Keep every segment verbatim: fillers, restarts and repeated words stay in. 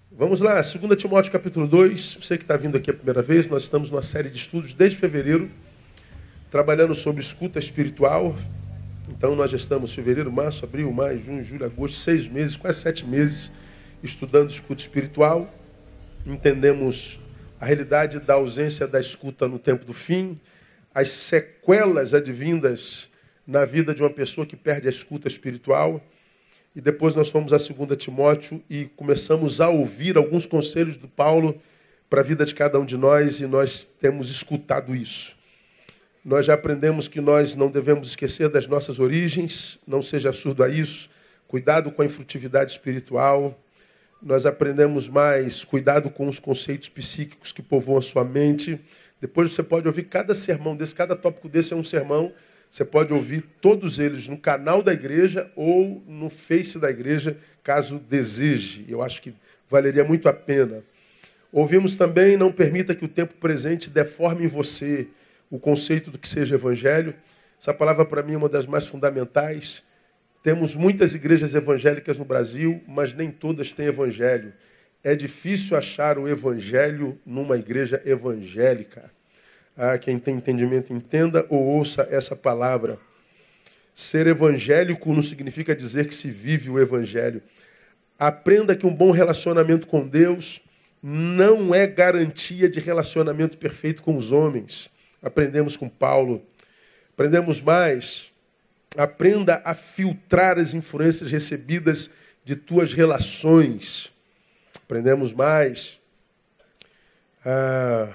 Vamos lá, dois Timóteo capítulo dois. Você que está vindo aqui a primeira vez, nós estamos numa série de estudos desde fevereiro, trabalhando sobre escuta espiritual. Então nós já estamos em fevereiro, março, abril, maio, junho, julho, agosto, seis meses, quase sete meses, estudando escuta espiritual. Entendemos a realidade da ausência da escuta no tempo do fim, as sequelas advindas na vida de uma pessoa que perde a escuta espiritual. E depois nós fomos a dois Timóteo e começamos a ouvir alguns conselhos do Paulo para a vida de cada um de nós, e nós temos escutado isso. Nós já aprendemos que nós não devemos esquecer das nossas origens, não seja surdo a isso, cuidado com a infrutividade espiritual. Nós aprendemos mais, cuidado com os conceitos psíquicos que povoam a sua mente. Depois você pode ouvir cada sermão desse, cada tópico desse é um sermão. Você pode ouvir todos eles no canal da igreja ou no Face da igreja, caso deseje. Eu acho que valeria muito a pena. Ouvimos também, não permita que o tempo presente deforme em você o conceito do que seja evangelho. Essa palavra para mim é uma das mais fundamentais. Temos muitas igrejas evangélicas no Brasil, mas nem todas têm evangelho. É difícil achar o evangelho numa igreja evangélica. Ah, quem tem entendimento entenda ou ouça essa palavra. Ser evangélico não significa dizer que se vive o evangelho. Aprenda que um bom relacionamento com Deus não é garantia de relacionamento perfeito com os homens. Aprendemos com Paulo. Aprendemos mais. Aprenda a filtrar as influências recebidas de tuas relações. Aprendemos mais. Ah...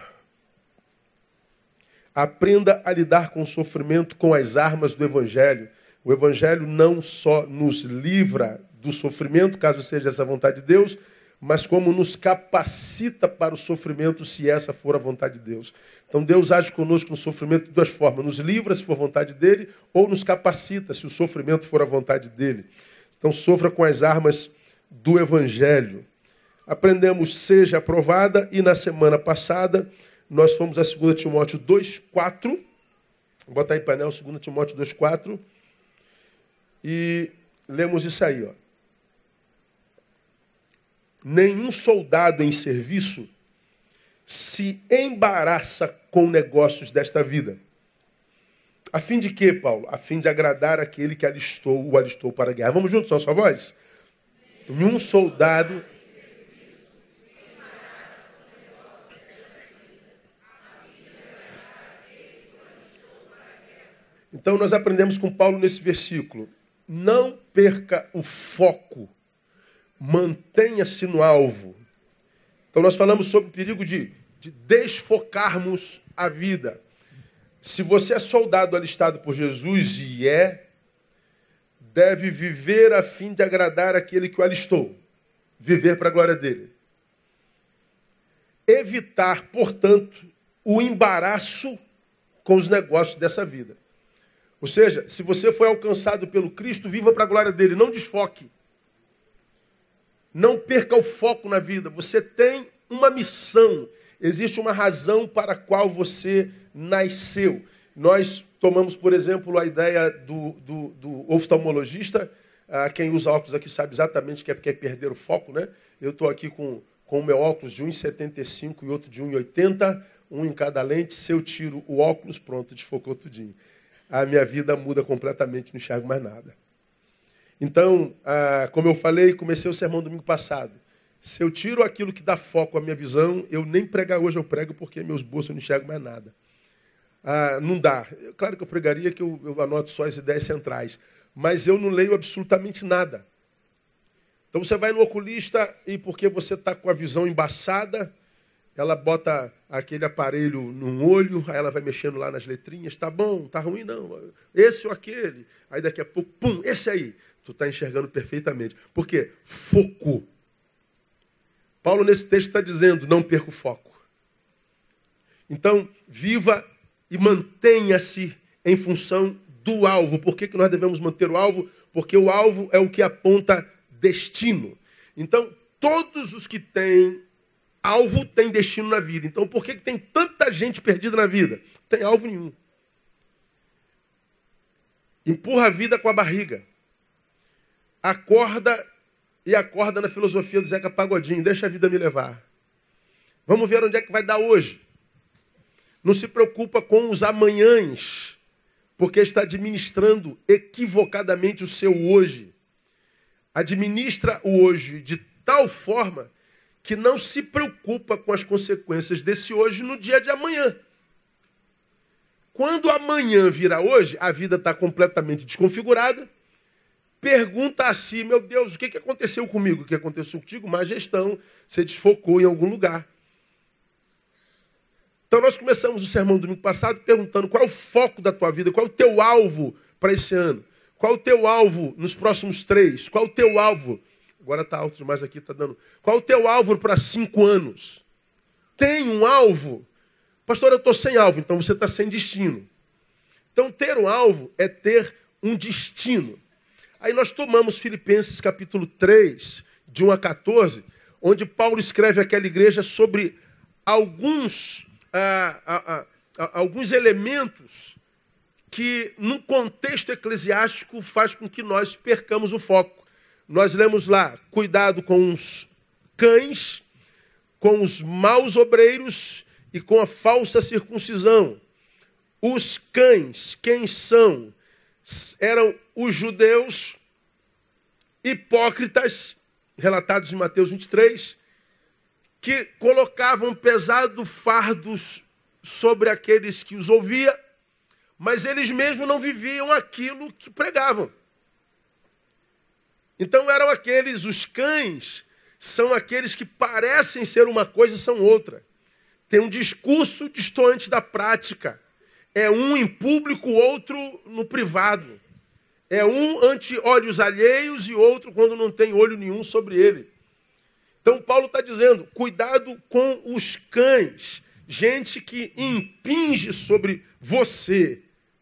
Aprenda a lidar com o sofrimento com as armas do Evangelho. O Evangelho não só nos livra do sofrimento, caso seja essa a vontade de Deus, mas como nos capacita para o sofrimento, se essa for a vontade de Deus. Então Deus age conosco no sofrimento de duas formas. Nos livra, se for a vontade dele, ou nos capacita, se o sofrimento for a vontade dele. Então sofra com as armas do Evangelho. Aprendemos seja aprovada, e na semana passada nós fomos a dois Timóteo dois, quatro. Vou botar aí painel, dois Timóteo dois, quatro. E lemos isso aí. Ó. Nenhum soldado em serviço se embaraça com negócios desta vida. A fim de quê, Paulo? A fim de agradar aquele que alistou, o alistou para a guerra. Vamos juntos, só a sua voz? Nenhum soldado... Então, nós aprendemos com Paulo nesse versículo. Não perca o foco. Mantenha-se no alvo. Então, nós falamos sobre o perigo de, de desfocarmos a vida. Se você é soldado alistado por Jesus, e é, deve viver a fim de agradar aquele que o alistou. Viver para a glória dele. Evitar, portanto, o embaraço com os negócios dessa vida. Ou seja, se você foi alcançado pelo Cristo, viva para a glória dele, não desfoque. Não perca o foco na vida. Você tem uma missão, existe uma razão para a qual você nasceu. Nós tomamos, por exemplo, a ideia do, do, do oftalmologista. Ah, quem usa óculos aqui sabe exatamente que é porque é perder o foco, né? Eu estou aqui com, com o meu óculos de um metro e setenta e cinco e outro de um metro e oitenta, um em cada lente. Se eu tiro o óculos, pronto, desfocou tudinho. A minha vida muda completamente, não enxergo mais nada. Então, ah, como eu falei, comecei o sermão domingo passado. Se eu tiro aquilo que dá foco à minha visão, eu nem pregar hoje eu prego, porque meus bolsos eu não enxergo mais nada. Ah, não dá. Claro que eu pregaria que eu, eu anoto só as ideias centrais, mas eu não leio absolutamente nada. Então você vai no oculista e porque você está com a visão embaçada, ela bota aquele aparelho num olho, aí ela vai mexendo lá nas letrinhas. Tá bom, tá ruim, não. Esse ou aquele. Aí daqui a pouco, pum, esse aí. Tu está enxergando perfeitamente. Por quê? Foco. Paulo, nesse texto, está dizendo, não perca o foco. Então, viva e mantenha-se em função do alvo. Por que que nós devemos manter o alvo? Porque o alvo é o que aponta destino. Então, todos os que têm alvo têm destino na vida. Então, por que que tem tanta gente perdida na vida? Não tem alvo nenhum. Empurra a vida com a barriga. Acorda e acorda na filosofia do Zeca Pagodinho. Deixa a vida me levar. Vamos ver onde é que vai dar hoje. Não se preocupa com os amanhãs, porque está administrando equivocadamente o seu hoje. Administra o hoje de tal forma que não se preocupa com as consequências desse hoje no dia de amanhã. Quando amanhã vira hoje, a vida está completamente desconfigurada. Pergunta a si, meu Deus, o que aconteceu comigo? O que aconteceu contigo? Má gestão, você desfocou em algum lugar. Então nós começamos o sermão do domingo passado perguntando qual é o foco da tua vida, qual é o teu alvo para esse ano, qual é o teu alvo nos próximos três, qual é o teu alvo, agora está alto demais aqui, está dando, qual é o teu alvo para cinco anos? Tem um alvo? Pastor, eu estou sem alvo, então você está sem destino. Então ter um alvo é ter um destino. Aí nós tomamos Filipenses capítulo três, de um a quatorze, onde Paulo escreve àquela igreja sobre alguns... Ah, ah, ah, alguns elementos que, num contexto eclesiástico, faz com que nós percamos o foco. Nós lemos lá, cuidado com os cães, com os maus obreiros e com a falsa circuncisão. Os cães, quem são? Eram os judeus hipócritas, relatados em Mateus vinte e três, que colocavam pesados fardos sobre aqueles que os ouviam, mas eles mesmos não viviam aquilo que pregavam. Então eram aqueles, os cães, são aqueles que parecem ser uma coisa e são outra. Tem um discurso distante da prática. É um em público, outro no privado. É um ante olhos alheios e outro quando não tem olho nenhum sobre ele. Então Paulo está dizendo, cuidado com os cães, gente que impinge sobre você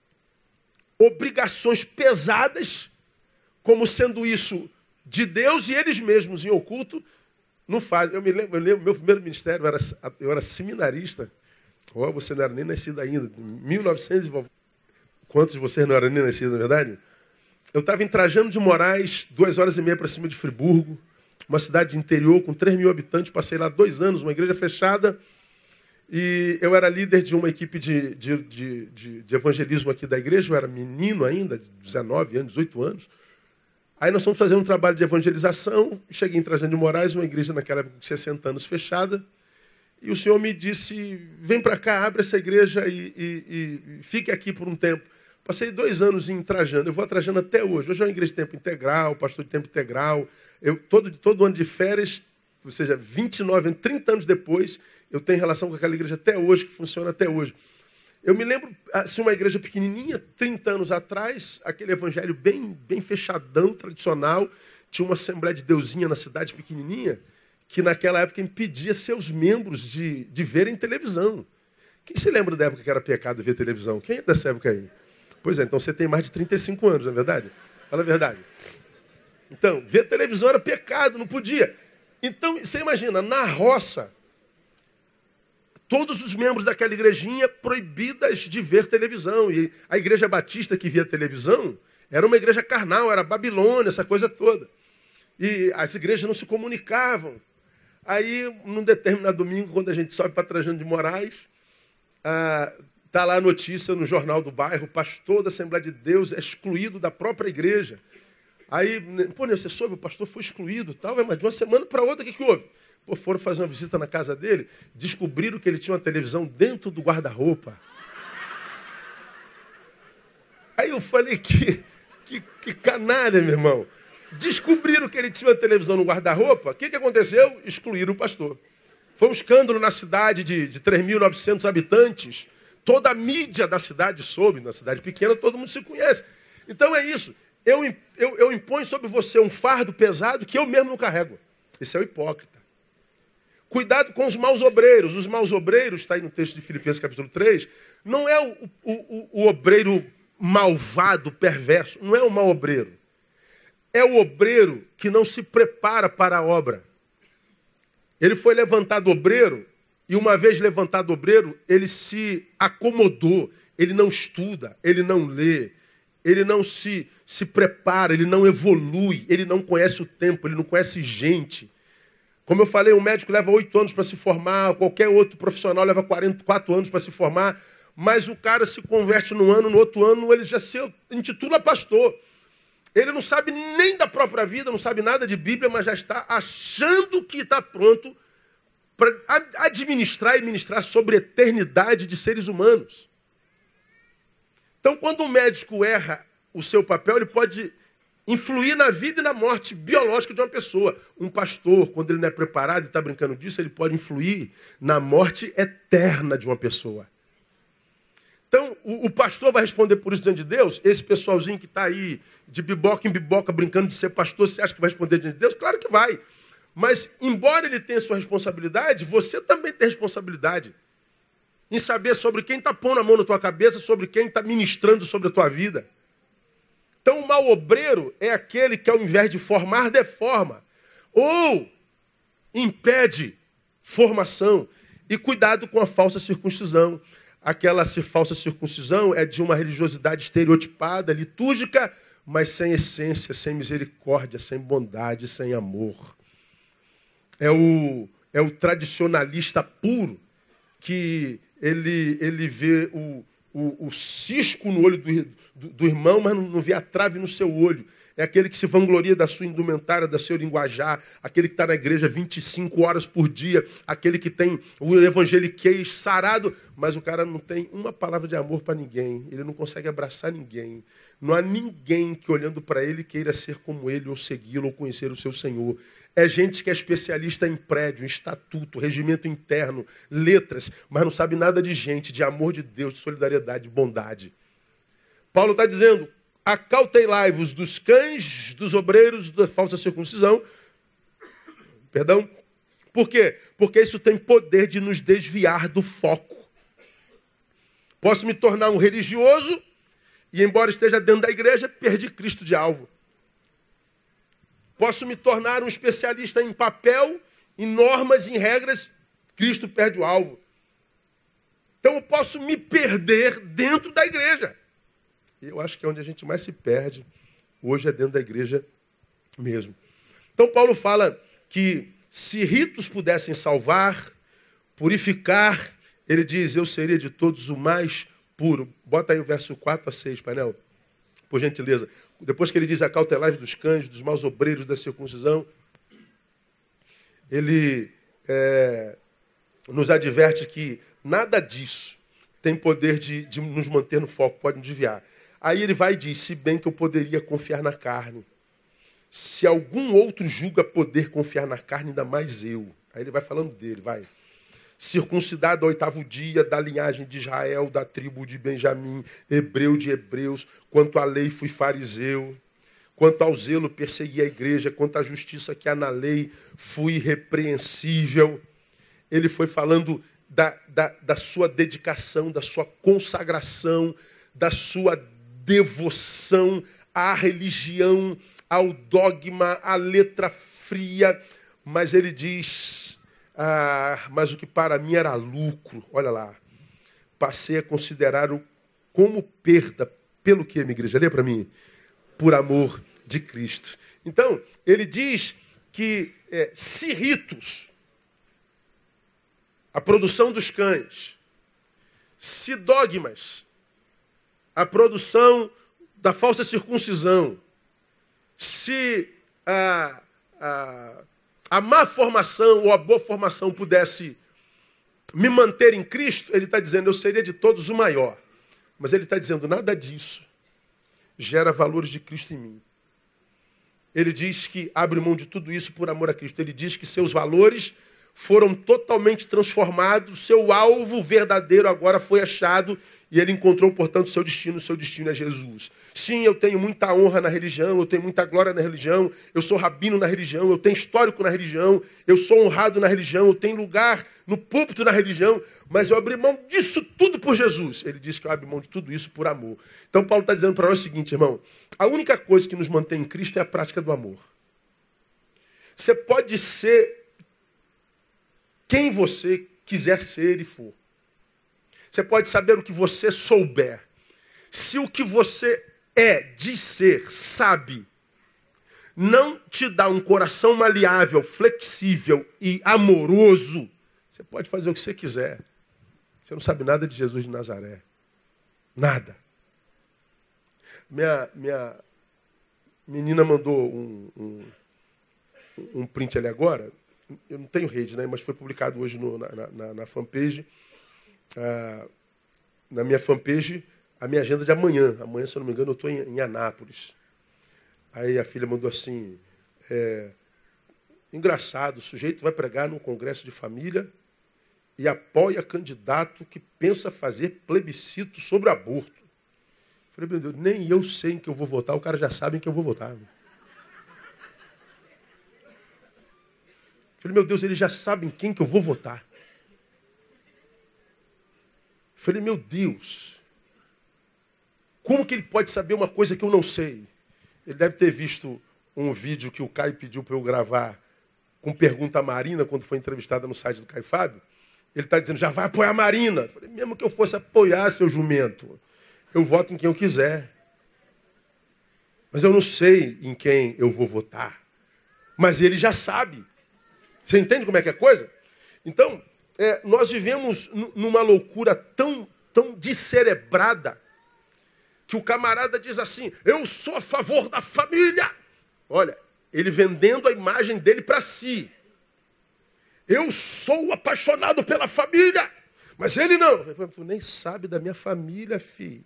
obrigações pesadas, como sendo isso de Deus, e eles mesmos em oculto não fazem. Eu me lembro, eu lembro meu primeiro ministério, eu era, eu era seminarista, oh, você não era nem nascido ainda, mil e novecentos, quantos de vocês não eram nem nascidos, na verdade? Eu estava em Trajano de Moraes, duas horas e meia para cima de Friburgo, uma cidade de interior com três mil habitantes, passei lá dois anos, uma igreja fechada, e eu era líder de uma equipe de, de, de, de, de evangelismo aqui da igreja, eu era menino ainda, de dezenove anos, dezoito anos. Aí nós fomos fazer um trabalho de evangelização, cheguei em Trajano de Moraes, uma igreja naquela época de sessenta anos fechada, e o Senhor me disse, vem para cá, abre essa igreja e, e, e fique aqui por um tempo. Passei dois anos em Trajano, eu vou a Trajano até hoje. Hoje é uma igreja de tempo integral, pastor de tempo integral. Eu, todo, todo ano de férias, ou seja, vinte e nove, trinta anos depois, eu tenho relação com aquela igreja até hoje, que funciona até hoje. Eu me lembro, assim, uma igreja pequenininha, trinta anos atrás, aquele evangelho bem, bem fechadão, tradicional. Tinha uma Assembleia de Deusinha na cidade pequenininha, que naquela época impedia seus membros de, de verem televisão. Quem se lembra da época que era pecado ver televisão? Quem é dessa época aí? Pois é, então você tem mais de trinta e cinco anos, não é verdade? Fala a verdade. Então, ver televisão era pecado, não podia. Então, você imagina, na roça, todos os membros daquela igrejinha proibidas de ver televisão. E a igreja batista que via televisão era uma igreja carnal, era Babilônia, essa coisa toda. E as igrejas não se comunicavam. Aí, num determinado domingo, quando a gente sobe para Trajano de Moraes, ah, está lá a notícia no jornal do bairro, o pastor da Assembleia de Deus é excluído da própria igreja. Aí, pô, você soube, o pastor foi excluído, tal, mas de uma semana para outra, o que, que houve? Pô, foram fazer uma visita na casa dele, descobriram que ele tinha uma televisão dentro do guarda-roupa. Aí eu falei, que, que, que canalha, meu irmão. Descobriram que ele tinha uma televisão no guarda-roupa, o que, que aconteceu? Excluíram o pastor. Foi um escândalo na cidade de, de três mil e novecentos habitantes. Toda a mídia da cidade soube, na cidade pequena todo mundo se conhece. Então é isso. Eu, eu, eu imponho sobre você um fardo pesado que eu mesmo não carrego. Esse é o hipócrita. Cuidado com os maus obreiros. Os maus obreiros, está aí no texto de Filipenses capítulo três, não é o, o, o, o obreiro malvado, perverso. Não é o mau obreiro. É o obreiro que não se prepara para a obra. Ele foi levantado obreiro, e uma vez levantado obreiro, ele se acomodou, ele não estuda, ele não lê, ele não se, se prepara, ele não evolui, ele não conhece o tempo, ele não conhece gente. Como eu falei, um médico leva oito anos para se formar, qualquer outro profissional leva quarenta e quatro anos para se formar, mas o cara se converte num ano, no outro ano ele já se intitula pastor. Ele não sabe nem da própria vida, não sabe nada de Bíblia, mas já está achando que está pronto para administrar e ministrar sobre a eternidade de seres humanos. Então, quando um médico erra o seu papel, ele pode influir na vida e na morte biológica de uma pessoa. Um pastor, quando ele não é preparado e está brincando disso, ele pode influir na morte eterna de uma pessoa. Então, o, o pastor vai responder por isso diante de Deus? Esse pessoalzinho que está aí de biboca em biboca brincando de ser pastor, você acha que vai responder diante de Deus? Claro que vai. Mas, embora ele tenha sua responsabilidade, você também tem responsabilidade em saber sobre quem está pondo a mão na tua cabeça, sobre quem está ministrando sobre a tua vida. Então, o mau obreiro é aquele que, ao invés de formar, deforma. Ou impede formação. E cuidado com a falsa circuncisão. Aquela falsa circuncisão é de uma religiosidade estereotipada, litúrgica, mas sem essência, sem misericórdia, sem bondade, sem amor. É o, é o tradicionalista puro que ele, ele vê o, o, o cisco no olho do, do, do irmão, mas não, não vê a trave no seu olho. É aquele que se vangloria da sua indumentária, da seu linguajar, aquele que está na igreja vinte e cinco horas por dia, aquele que tem o evangeliquez sarado, mas o cara não tem uma palavra de amor para ninguém, ele não consegue abraçar ninguém. Não há ninguém que, olhando para ele, queira ser como ele, ou segui-lo, ou conhecer o seu Senhor. É gente que é especialista em prédio, em estatuto, regimento interno, letras, mas não sabe nada de gente, de amor de Deus, de solidariedade, de bondade. Paulo está dizendo: acautelai-vos dos cães, dos obreiros da falsa circuncisão. Perdão. Por quê? Porque isso tem poder de nos desviar do foco. Posso me tornar um religioso e, embora esteja dentro da igreja, perdi Cristo de alvo. Posso me tornar um especialista em papel, em normas, em regras, Cristo perde o alvo. Então eu posso me perder dentro da igreja. Eu acho que é onde a gente mais se perde hoje, é dentro da igreja mesmo. Então Paulo fala que se ritos pudessem salvar, purificar, ele diz: eu seria de todos o mais puro. Bota aí o verso quatro a seis, painel, por gentileza. Depois que ele diz: acautelai-vos dos cães, dos maus obreiros da circuncisão, ele é, nos adverte que nada disso tem poder de, de nos manter no foco, pode nos desviar. Aí ele vai e diz: se bem que eu poderia confiar na carne. Se algum outro julga poder confiar na carne, ainda mais eu. Aí ele vai falando dele, vai. Circuncidado ao oitavo dia, da linhagem de Israel, da tribo de Benjamim, hebreu de hebreus, quanto à lei fui fariseu, quanto ao zelo persegui a igreja, quanto à justiça que há na lei fui irrepreensível. Ele foi falando da, da, da sua dedicação, da sua consagração, da sua devoção à religião, ao dogma, à letra fria. Mas ele diz: ah, mas o que para mim era lucro, olha lá, passei a considerar-o como perda. Pelo que, minha igreja? Lê para mim. Por amor de Cristo. Então, ele diz que é, se ritos, a produção dos cães, se dogmas, a produção da falsa circuncisão, se a, a, a má formação ou a boa formação pudesse me manter em Cristo, ele está dizendo: eu seria de todos o maior. Mas ele está dizendo: nada disso gera valores de Cristo em mim. Ele diz que abre mão de tudo isso por amor a Cristo. Ele diz que seus valores foram totalmente transformados, seu alvo verdadeiro agora foi achado e ele encontrou, portanto, seu destino. Seu destino é Jesus. Sim, eu tenho muita honra na religião, eu tenho muita glória na religião, eu sou rabino na religião, eu tenho histórico na religião, eu sou honrado na religião, eu tenho lugar no púlpito na religião, mas eu abri mão disso tudo por Jesus. Ele diz que eu abro mão de tudo isso por amor. Então Paulo está dizendo para nós o seguinte, irmão: a única coisa que nos mantém em Cristo é a prática do amor. Você pode ser quem você quiser ser e for. Você pode saber o que você souber. Se o que você é, diz ser, sabe, não te dá um coração maleável, flexível e amoroso, você pode fazer o que você quiser. Você não sabe nada de Jesus de Nazaré. Nada. Minha, minha menina mandou um, um, um print ali agora. Eu não tenho rede, né? Mas foi publicado hoje no, na, na, na fanpage. Ah, na minha fanpage, a minha agenda de amanhã. Amanhã, se eu não me engano, eu estou em, em Anápolis. Aí a filha mandou assim, é, engraçado, o sujeito vai pregar num congresso de família e apoia candidato que pensa fazer plebiscito sobre aborto. Falei, meu Deus, nem eu sei em que eu vou votar, o cara já sabe em que eu vou votar. Falei, meu Deus, ele já sabe em quem que eu vou votar. Falei, meu Deus, como que ele pode saber uma coisa que eu não sei? Ele deve ter visto um vídeo que o Caio pediu para eu gravar com pergunta à Marina, quando foi entrevistada no site do Caio Fábio. Ele está dizendo, já vai apoiar a Marina. Eu falei, mesmo que eu fosse apoiar, seu jumento, eu voto em quem eu quiser. Mas eu não sei em quem eu vou votar. Mas ele já sabe. Você entende como é que é a coisa? Então, é, nós vivemos numa loucura tão, tão descerebrada que o camarada diz assim, eu sou a favor da família. Olha, ele vendendo a imagem dele para si. Eu sou apaixonado pela família. Mas ele não. Tu nem sabe da minha família, filho.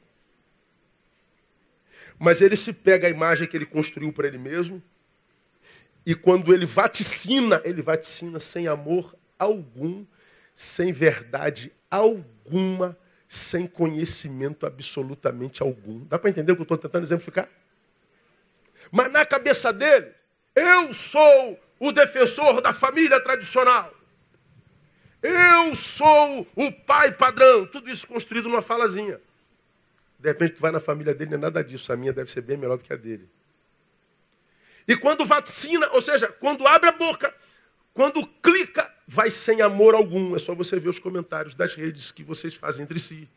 Mas ele se pega a imagem que ele construiu para ele mesmo. E quando ele vaticina, ele vaticina sem amor algum, sem verdade alguma, sem conhecimento absolutamente algum. Dá para entender o que eu estou tentando exemplificar? Mas na cabeça dele, eu sou o defensor da família tradicional. Eu sou o pai padrão. Tudo isso construído numa falazinha. De repente tu vai na família dele, não é nada disso. A minha deve ser bem melhor do que a dele. E quando vacina, ou seja, quando abre a boca, quando clica, vai sem amor algum. É só você ver os comentários das redes que vocês fazem entre si.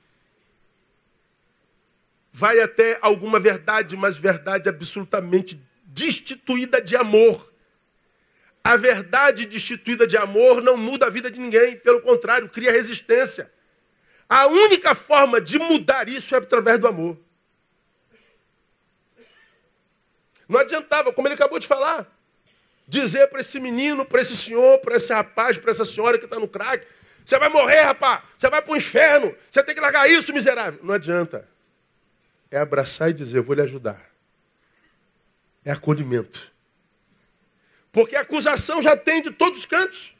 Vai até alguma verdade, mas verdade absolutamente destituída de amor. A verdade destituída de amor não muda a vida de ninguém. Pelo contrário, cria resistência. A única forma de mudar isso é através do amor. Não adiantava, como ele acabou de falar, dizer para esse menino, para esse senhor, para esse rapaz, para essa senhora que está no crack, você vai morrer, rapaz, você vai para o inferno, você tem que largar isso, miserável. Não adianta. É abraçar e dizer, eu vou lhe ajudar. É acolhimento. Porque a acusação já tem de todos os cantos.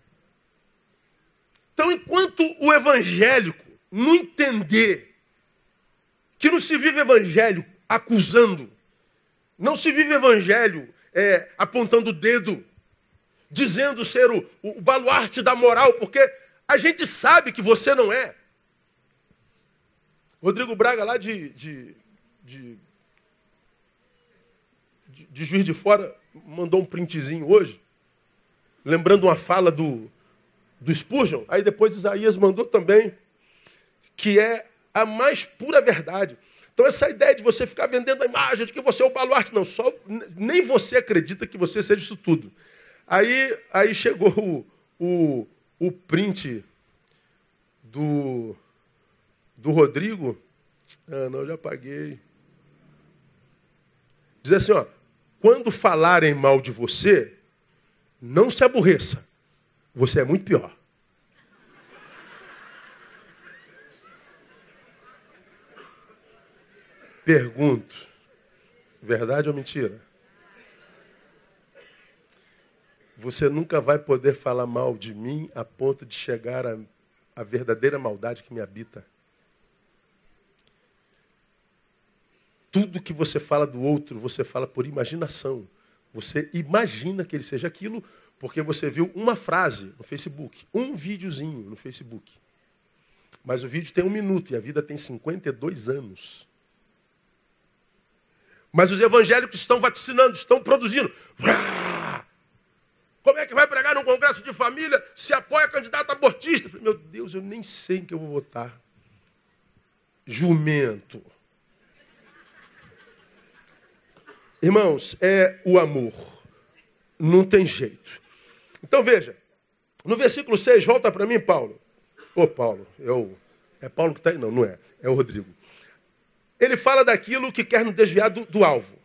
Então, enquanto o evangélico não entender que não se vive evangelho acusando, não se vive evangelho é, apontando o dedo, dizendo ser o, o baluarte da moral, porque a gente sabe que você não é. Rodrigo Braga, lá de, de, de, de, de Juiz de Fora, mandou um printzinho hoje, lembrando uma fala do, do Spurgeon. Aí depois Isaías mandou também, que é a mais pura verdade. Então essa ideia de você ficar vendendo a imagem de que você é o baluarte, não, só, nem você acredita que você seja isso tudo. Aí, aí chegou o, o, o print do, do Rodrigo. Ah, não, já apaguei. Diz assim, ó, quando falarem mal de você, não se aborreça. Você é muito pior. Pergunto, verdade ou mentira? Você nunca vai poder falar mal de mim a ponto de chegar à, à verdadeira maldade que me habita. Tudo que você fala do outro, você fala por imaginação. Você imagina que ele seja aquilo porque você viu uma frase no Facebook, um videozinho no Facebook. Mas o vídeo tem um minuto e a vida tem cinquenta e dois anos. Mas os evangélicos estão vaticinando, estão produzindo. Como é que vai pregar num congresso de família se apoia candidato abortista? Meu Deus, eu nem sei em que eu vou votar. Jumento. Irmãos, é o amor. Não tem jeito. Então veja, no versículo seis, volta para mim, Paulo. Ô, Paulo, é, o, é Paulo que está aí? Não, não é. É o Rodrigo. Ele fala daquilo que quer nos desviar do, do alvo.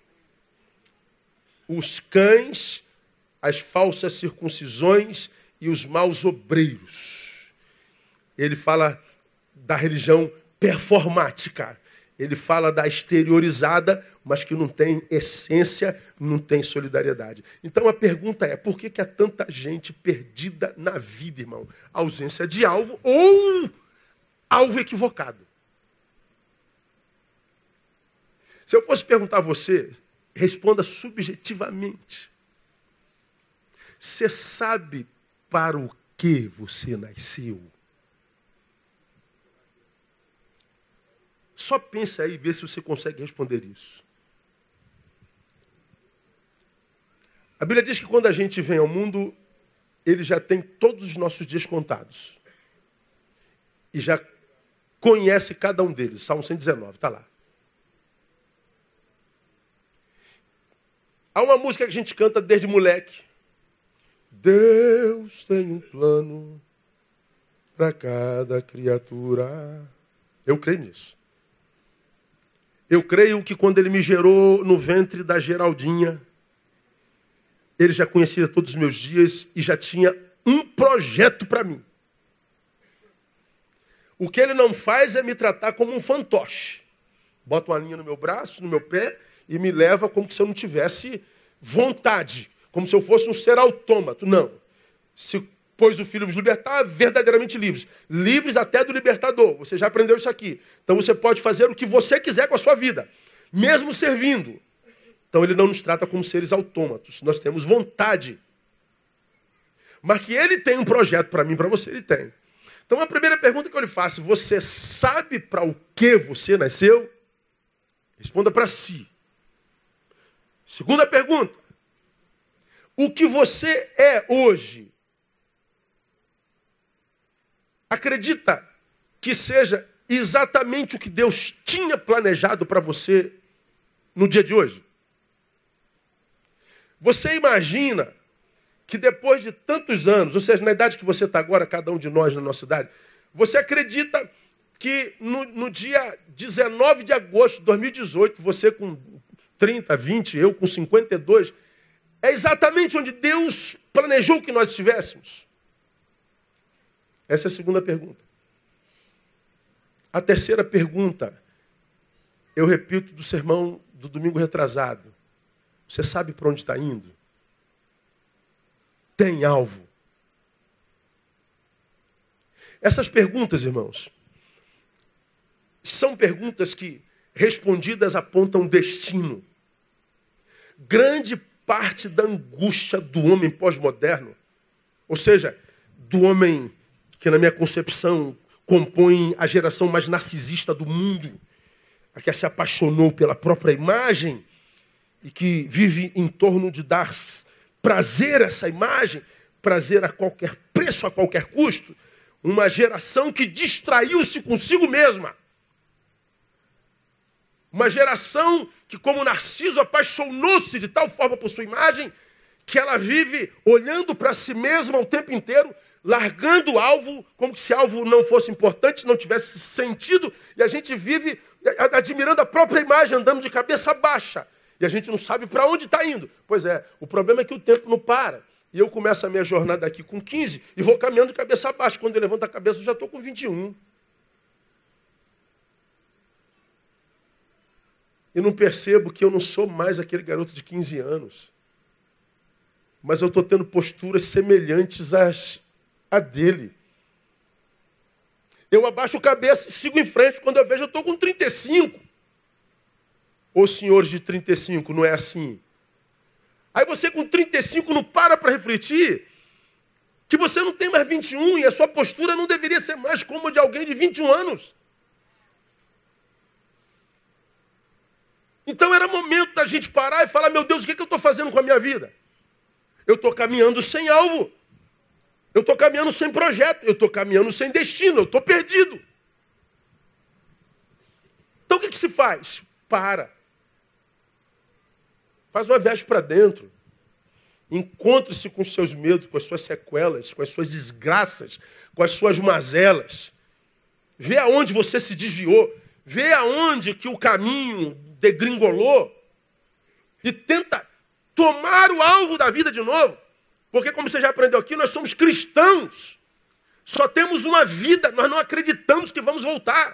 Os cães, as falsas circuncisões e os maus obreiros. Ele fala da religião performática. Ele fala da exteriorizada, mas que não tem essência, não tem solidariedade. Então a pergunta é, por que, que há tanta gente perdida na vida, irmão? Ausência de alvo ou alvo equivocado? Se eu fosse perguntar a você, responda subjetivamente. Você sabe para o que você nasceu? Só pensa aí e vê se você consegue responder isso. A Bíblia diz que quando a gente vem ao mundo, ele já tem todos os nossos dias contados. E já conhece cada um deles. Salmo cento e dezenove, está lá. Há uma música que a gente canta desde moleque. Deus tem um plano para cada criatura. Eu creio nisso. Eu creio que quando ele me gerou no ventre da Geraldinha, ele já conhecia todos os meus dias e já tinha um projeto para mim. O que ele não faz é me tratar como um fantoche. Bota uma linha no meu braço, no meu pé e me leva como se eu não tivesse vontade, como se eu fosse um ser autômato. Não. Se pois o Filho vos libertar, verdadeiramente livres. Livres até do libertador. Você já aprendeu isso aqui. Então você pode fazer o que você quiser com a sua vida, mesmo servindo. Então ele não nos trata como seres autômatos. Nós temos vontade. Mas que ele tem um projeto para mim, para você, ele tem. Então a primeira pergunta que eu lhe faço, você sabe para o que você nasceu? Responda para si. Segunda pergunta, o que você é hoje, acredita que seja exatamente o que Deus tinha planejado para você no dia de hoje? Você imagina que depois de tantos anos, ou seja, na idade que você está agora, cada um de nós na nossa idade, você acredita que no, no dia dezenove de agosto de dois mil e dezoito, você com trinta, vinte, eu com cinquenta e dois, é exatamente onde Deus planejou que nós estivéssemos? Essa é a segunda pergunta. A terceira pergunta, eu repito do sermão do domingo retrasado. Você sabe para onde está indo? Tem alvo? Essas perguntas, irmãos, são perguntas que, respondidas, apontam destino. Grande parte da angústia do homem pós-moderno, ou seja, do homem que na minha concepção compõe a geração mais narcisista do mundo, a que se apaixonou pela própria imagem e que vive em torno de dar prazer a essa imagem, prazer a qualquer preço, a qualquer custo, uma geração que distraiu-se consigo mesma. Uma geração que, como Narciso, apaixonou-se de tal forma por sua imagem que ela vive olhando para si mesma o tempo inteiro, largando o alvo, como se alvo não fosse importante, não tivesse sentido, e a gente vive admirando a própria imagem, andando de cabeça baixa. E a gente não sabe para onde está indo. Pois é, o problema é que o tempo não para. E eu começo a minha jornada aqui com quinze e vou caminhando de cabeça baixa. Quando eu levanto a cabeça, eu já estou com vinte e um. E não percebo que eu não sou mais aquele garoto de quinze anos. Mas eu estou tendo posturas semelhantes às, à dele. Eu abaixo a cabeça e sigo em frente. Quando eu vejo, eu estou com trinta e cinco. Ô senhores de trinta e cinco, não é assim? Aí você com trinta e cinco não para para refletir que você não tem mais vinte e um e a sua postura não deveria ser mais como a de alguém de vinte e um anos. Então era momento da gente parar e falar, meu Deus, o que, é que eu estou fazendo com a minha vida? Eu estou caminhando sem alvo. Eu estou caminhando sem projeto. Eu estou caminhando sem destino. Eu estou perdido. Então o que, que se faz? Para. Faz uma viagem para dentro. Encontre-se com os seus medos, com as suas sequelas, com as suas desgraças, com as suas mazelas. Vê aonde você se desviou. Vê aonde que o caminho degringolou. E tenta tomar o alvo da vida de novo. Porque, como você já aprendeu aqui, nós somos cristãos. Só temos uma vida, nós não acreditamos que vamos voltar.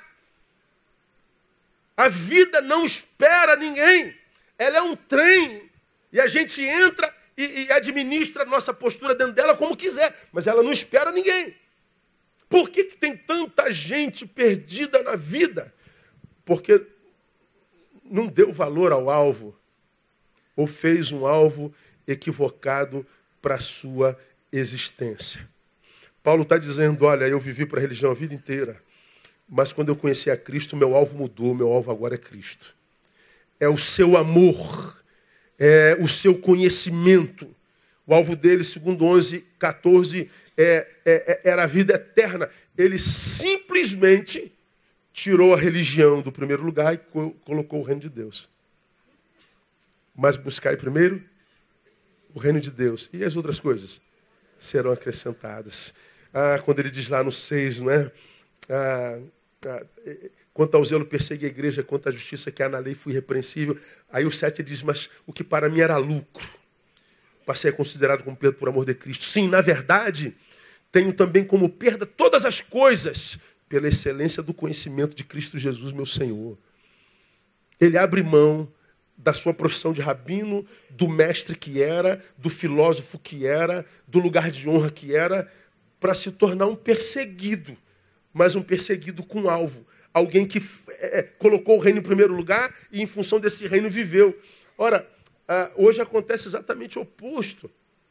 A vida não espera ninguém. Ela é um trem. E a gente entra e, e administra a nossa postura dentro dela como quiser. Mas ela não espera ninguém. Por que, que tem tanta gente perdida na vida? Porque não deu valor ao alvo. Ou fez um alvo equivocado para a sua existência. Paulo está dizendo, olha, eu vivi para a religião a vida inteira, mas quando eu conheci a Cristo, meu alvo mudou, meu alvo agora é Cristo. É o seu amor, é o seu conhecimento. O alvo dele, segundo onze, catorze, é, é, era a vida eterna. Ele simplesmente tirou a religião do primeiro lugar e co- colocou o reino de Deus. Mas buscai primeiro o reino de Deus. E as outras coisas serão acrescentadas. Ah, quando ele diz lá no seis, não é? Ah, ah, quanto ao zelo persegui a igreja, quanto à justiça que há na lei, fui irrepreensível. Aí o sete diz, mas o que para mim era lucro, passei a considerado como perda por amor de Cristo. Sim, na verdade, tenho também como perda todas as coisas, pela excelência do conhecimento de Cristo Jesus, meu Senhor. Ele abre mão da sua profissão de rabino, do mestre que era, do filósofo que era, do lugar de honra que era, para se tornar um perseguido, mas um perseguido com alvo. Alguém que é, colocou o reino em primeiro lugar e, em função desse reino, viveu. Ora, ah, hoje acontece exatamente o oposto.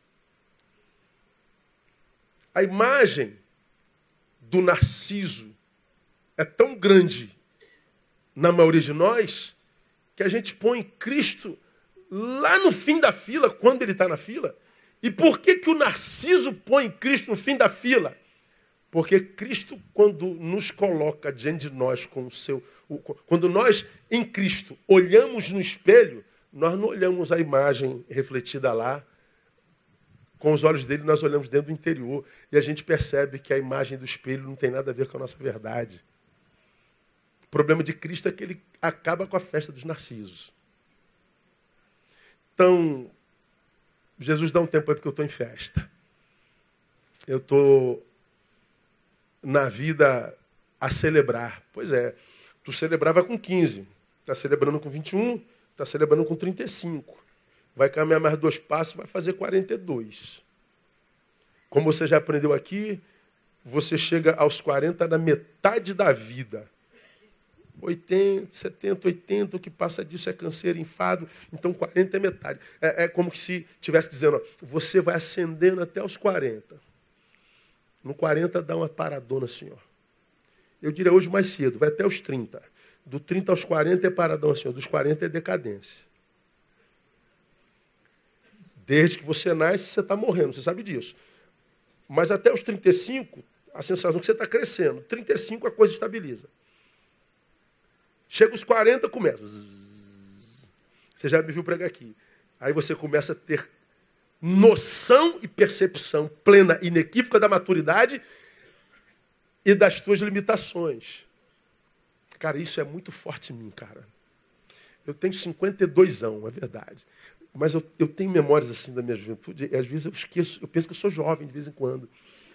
A imagem do Narciso é tão grande na maioria de nós que a gente põe Cristo lá no fim da fila, quando ele está na fila. E por que, que o Narciso põe Cristo no fim da fila? Porque Cristo, quando nos coloca diante de nós com o seu... Quando nós, em Cristo, olhamos no espelho, nós não olhamos a imagem refletida lá. Com os olhos dele, nós olhamos dentro do interior. E a gente percebe que a imagem do espelho não tem nada a ver com a nossa verdade. O problema de Cristo é que ele acaba com a festa dos narcisos. Então, Jesus dá um tempo aí porque eu estou em festa. Eu estou na vida a celebrar. Pois é, tu celebrava com quinze, está celebrando com vinte e um, está celebrando com trinta e cinco. Vai caminhar mais dois passos, vai fazer quarenta e dois. Como você já aprendeu aqui, você chega aos quarenta na metade da vida. oitenta, setenta, oitenta, o que passa disso é canseiro, enfado, então quarenta é metade. É, é como que se estivesse dizendo, ó, você vai ascendendo até os quarenta. No quarenta dá uma paradona assim, ó. Eu diria hoje mais cedo, vai até os trinta. Do trinta aos quarenta é paradão assim, ó. Dos quarenta é decadência. Desde que você nasce, você está morrendo, você sabe disso. Mas até os trinta e cinco, a sensação é que você está crescendo. trinta e cinco a coisa estabiliza. Chega os quarenta, começa. Você já me viu pregar aqui. Aí você começa a ter noção e percepção plena, inequívoca da maturidade e das tuas limitações. Cara, isso é muito forte em mim, cara. Eu tenho cinquenta e dois anos, é verdade. Mas eu, eu tenho memórias assim da minha juventude, e às vezes eu esqueço, eu penso que eu sou jovem de vez em quando.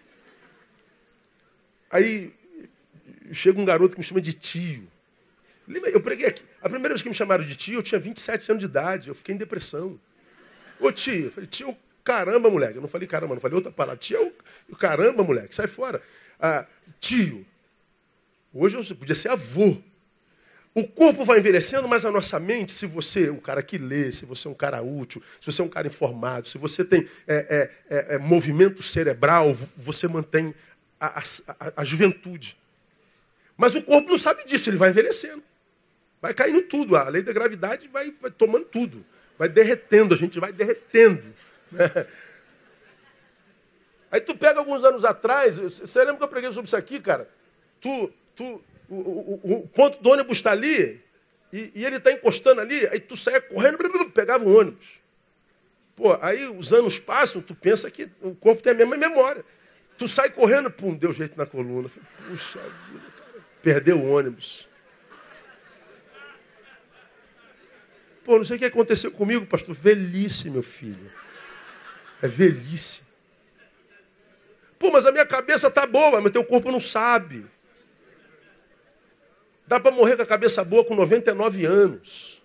Aí chega um garoto que me chama de tio. Eu preguei aqui. A primeira vez que me chamaram de tio, eu tinha vinte e sete anos de idade, eu fiquei em depressão. Ô tio, eu falei, tio, caramba, moleque. Eu não falei caramba, não falei outra palavra. Tio, caramba, moleque, sai fora. Ah, tio. Hoje eu podia ser avô. O corpo vai envelhecendo, mas a nossa mente, se você é um cara que lê, se você é um cara útil, se você é um cara informado, se você tem é, é, é, movimento cerebral, você mantém a, a, a juventude. Mas o corpo não sabe disso, ele vai envelhecendo. Vai caindo tudo, a lei da gravidade vai, vai tomando tudo. Vai derretendo, a gente vai derretendo. Né? Aí tu pega alguns anos atrás, você lembra que eu preguei sobre isso aqui, cara? Tu... tu O, o, o ponto do ônibus está ali, E, e ele está encostando ali, aí tu saia correndo, pegava o ônibus. Pô, aí os anos passam, tu pensa que o corpo tem a mesma memória. Tu sai correndo, pum, deu jeito na coluna. Puxa vida, cara, perdeu o ônibus. Pô, não sei o que aconteceu comigo, pastor. Velhice, meu filho. É velhice. Pô, mas a minha cabeça tá boa, mas teu corpo não sabe. Dá para morrer com a cabeça boa com noventa e nove anos.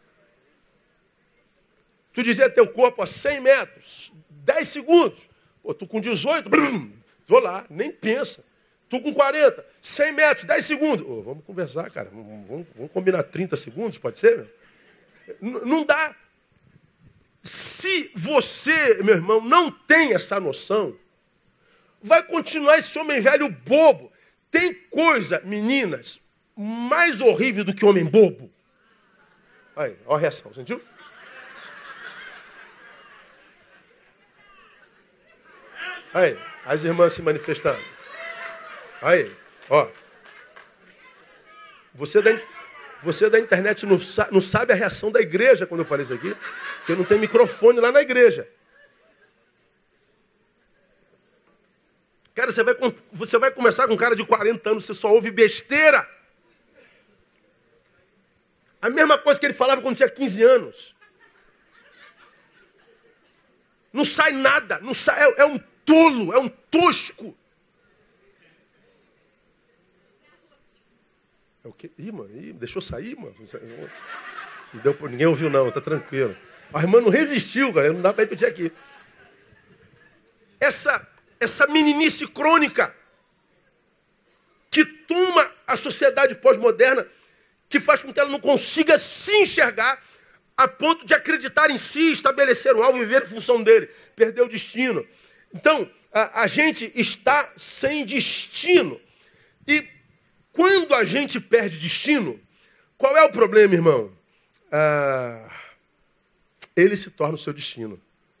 Tu dizia teu corpo a cem metros, dez segundos. Pô, tu com dezoito, brum, tô lá, nem pensa. Tu com quarenta, cem metros, dez segundos. Ô, vamos conversar, cara. Vamos, vamos combinar trinta segundos, pode ser, meu? N- não dá. Se você, meu irmão, não tem essa noção, vai continuar esse homem velho bobo. Tem coisa, meninas, mais horrível do que homem bobo. Aí, olha a reação, sentiu? Aí, as irmãs se manifestando. Aí, ó. Você da, você da internet não, sa, não sabe a reação da igreja quando eu falei isso aqui, porque não tem microfone lá na igreja. Cara, você vai, você vai começar com um cara de quarenta anos, você só ouve besteira. A mesma coisa que ele falava quando tinha quinze anos. Não sai nada, não sai, é, é um tolo, é um tosco. É o quê? Ih, mano, ih, deixou sair, mano. Não deu, ninguém ouviu não, tá tranquilo. A irmã não resistiu, galera, não dá para repetir aqui. Essa, essa meninice crônica que toma a sociedade pós-moderna, que faz com que ela não consiga se enxergar a ponto de acreditar em si, estabelecer um alvo e viver em função dele. Perdeu o destino. Então, a, a gente está sem destino. E quando a gente perde destino, qual é o problema, irmão? Ah, ele se torna o seu destino.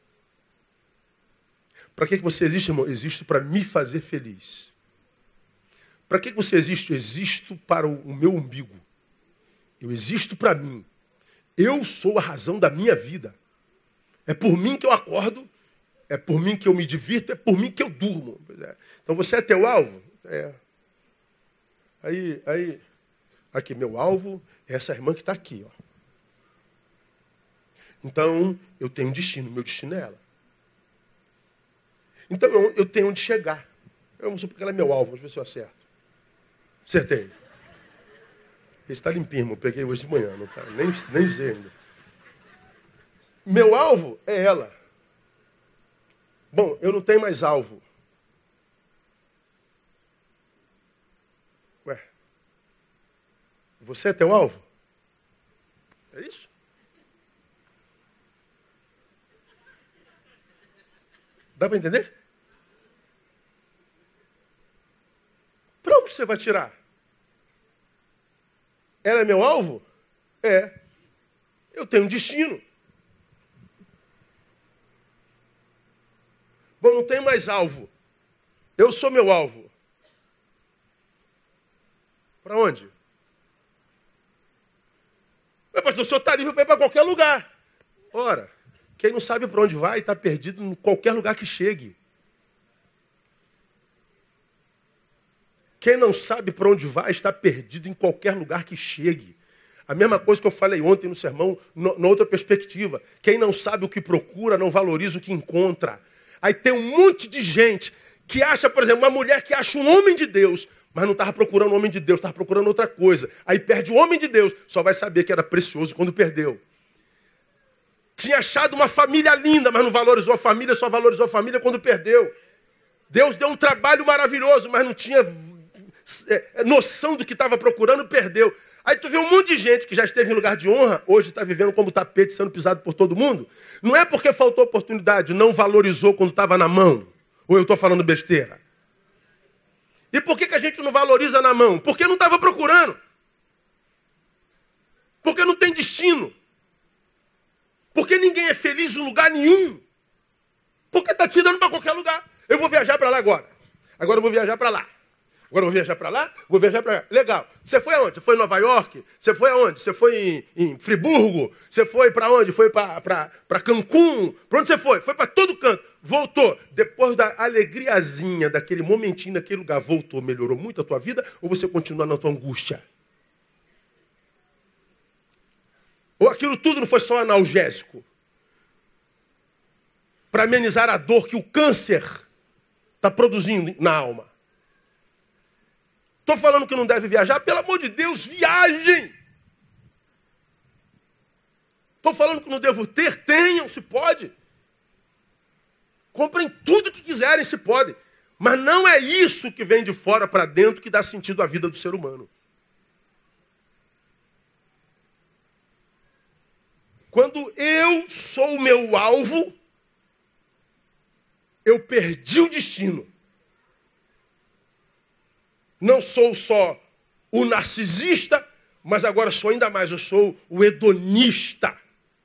Para que você existe, irmão? Existo para me fazer feliz. Para que você existe? Eu existo para o, o meu umbigo. Eu existo para mim. Eu sou a razão da minha vida. É por mim que eu acordo, é por mim que eu me divirto, é por mim que eu durmo. Pois é. Então você é teu alvo? É. Aí, aí, aqui, meu alvo é essa irmã que está aqui, ó. Então, eu tenho um destino, meu destino é ela. Então, eu, eu tenho onde chegar. Eu não sei porque ela é meu alvo, vamos ver se eu acerto. Acertei. Esse está limpinho, eu peguei hoje de manhã, não tá? Nem, nem sei ainda. Meu alvo é ela. Bom, eu não tenho mais alvo. Ué, você é teu alvo? É isso? Dá para entender? Para onde você vai tirar? Ela é meu alvo? É. Eu tenho um destino. Bom, não tenho mais alvo. Eu sou meu alvo. Para onde? Mas, pastor, o senhor está livre para ir para qualquer lugar. Ora, quem não sabe para onde vai está perdido em qualquer lugar que chegue. Quem não sabe para onde vai está perdido em qualquer lugar que chegue. A mesma coisa que eu falei ontem no sermão, no, na outra perspectiva. Quem não sabe o que procura, não valoriza o que encontra. Aí tem um monte de gente que acha, por exemplo, uma mulher que acha um homem de Deus, mas não estava procurando um homem de Deus, estava procurando outra coisa. Aí perde o homem de Deus, só vai saber que era precioso quando perdeu. Tinha achado uma família linda, mas não valorizou a família, só valorizou a família quando perdeu. Deus deu um trabalho maravilhoso, mas não tinha noção do que estava procurando, perdeu. Aí tu vê um monte de gente que já esteve em lugar de honra, hoje está vivendo como tapete, sendo pisado por todo mundo. Não é porque faltou oportunidade, não valorizou quando estava na mão. Ou eu estou falando besteira? E por que, que a gente não valoriza na mão? Porque não estava procurando. Porque não tem destino. Porque ninguém é feliz em lugar nenhum. Porque está tirando para qualquer lugar. Eu vou viajar para lá agora. Agora eu vou viajar para lá. Agora eu vou viajar para lá, vou viajar para cá. Legal. Você foi aonde? Você foi em Nova York? Você foi aonde? Você foi em, em Friburgo? Você foi para onde? Foi para Cancún? Para onde você foi? Foi para todo canto. Voltou. Depois da alegriazinha, daquele momentinho naquele lugar, voltou, melhorou muito a tua vida? Ou você continua na tua angústia? Ou aquilo tudo não foi só analgésico? Para amenizar a dor que o câncer está produzindo na alma. Estou falando que não deve viajar? Pelo amor de Deus, viajem! Estou falando que não devo ter? Tenham, se pode. Comprem tudo que quiserem, se pode. Mas não é isso que vem de fora para dentro que dá sentido à vida do ser humano. Quando eu sou o meu alvo, eu perdi o destino. Não sou só o narcisista, mas agora sou ainda mais, eu sou o hedonista.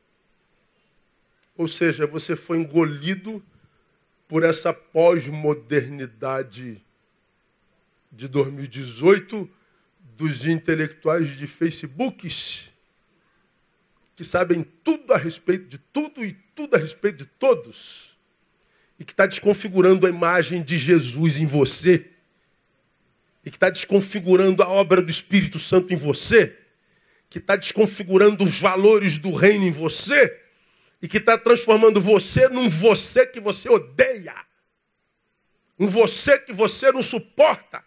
Ou seja, você foi engolido por essa pós-modernidade de dois mil e dezoito dos intelectuais de Facebooks, que sabem tudo a respeito de tudo e tudo a respeito de todos, e que está desconfigurando a imagem de Jesus em você, e que está desconfigurando a obra do Espírito Santo em você, que está desconfigurando os valores do reino em você, e que está transformando você num você que você odeia, um você que você não suporta.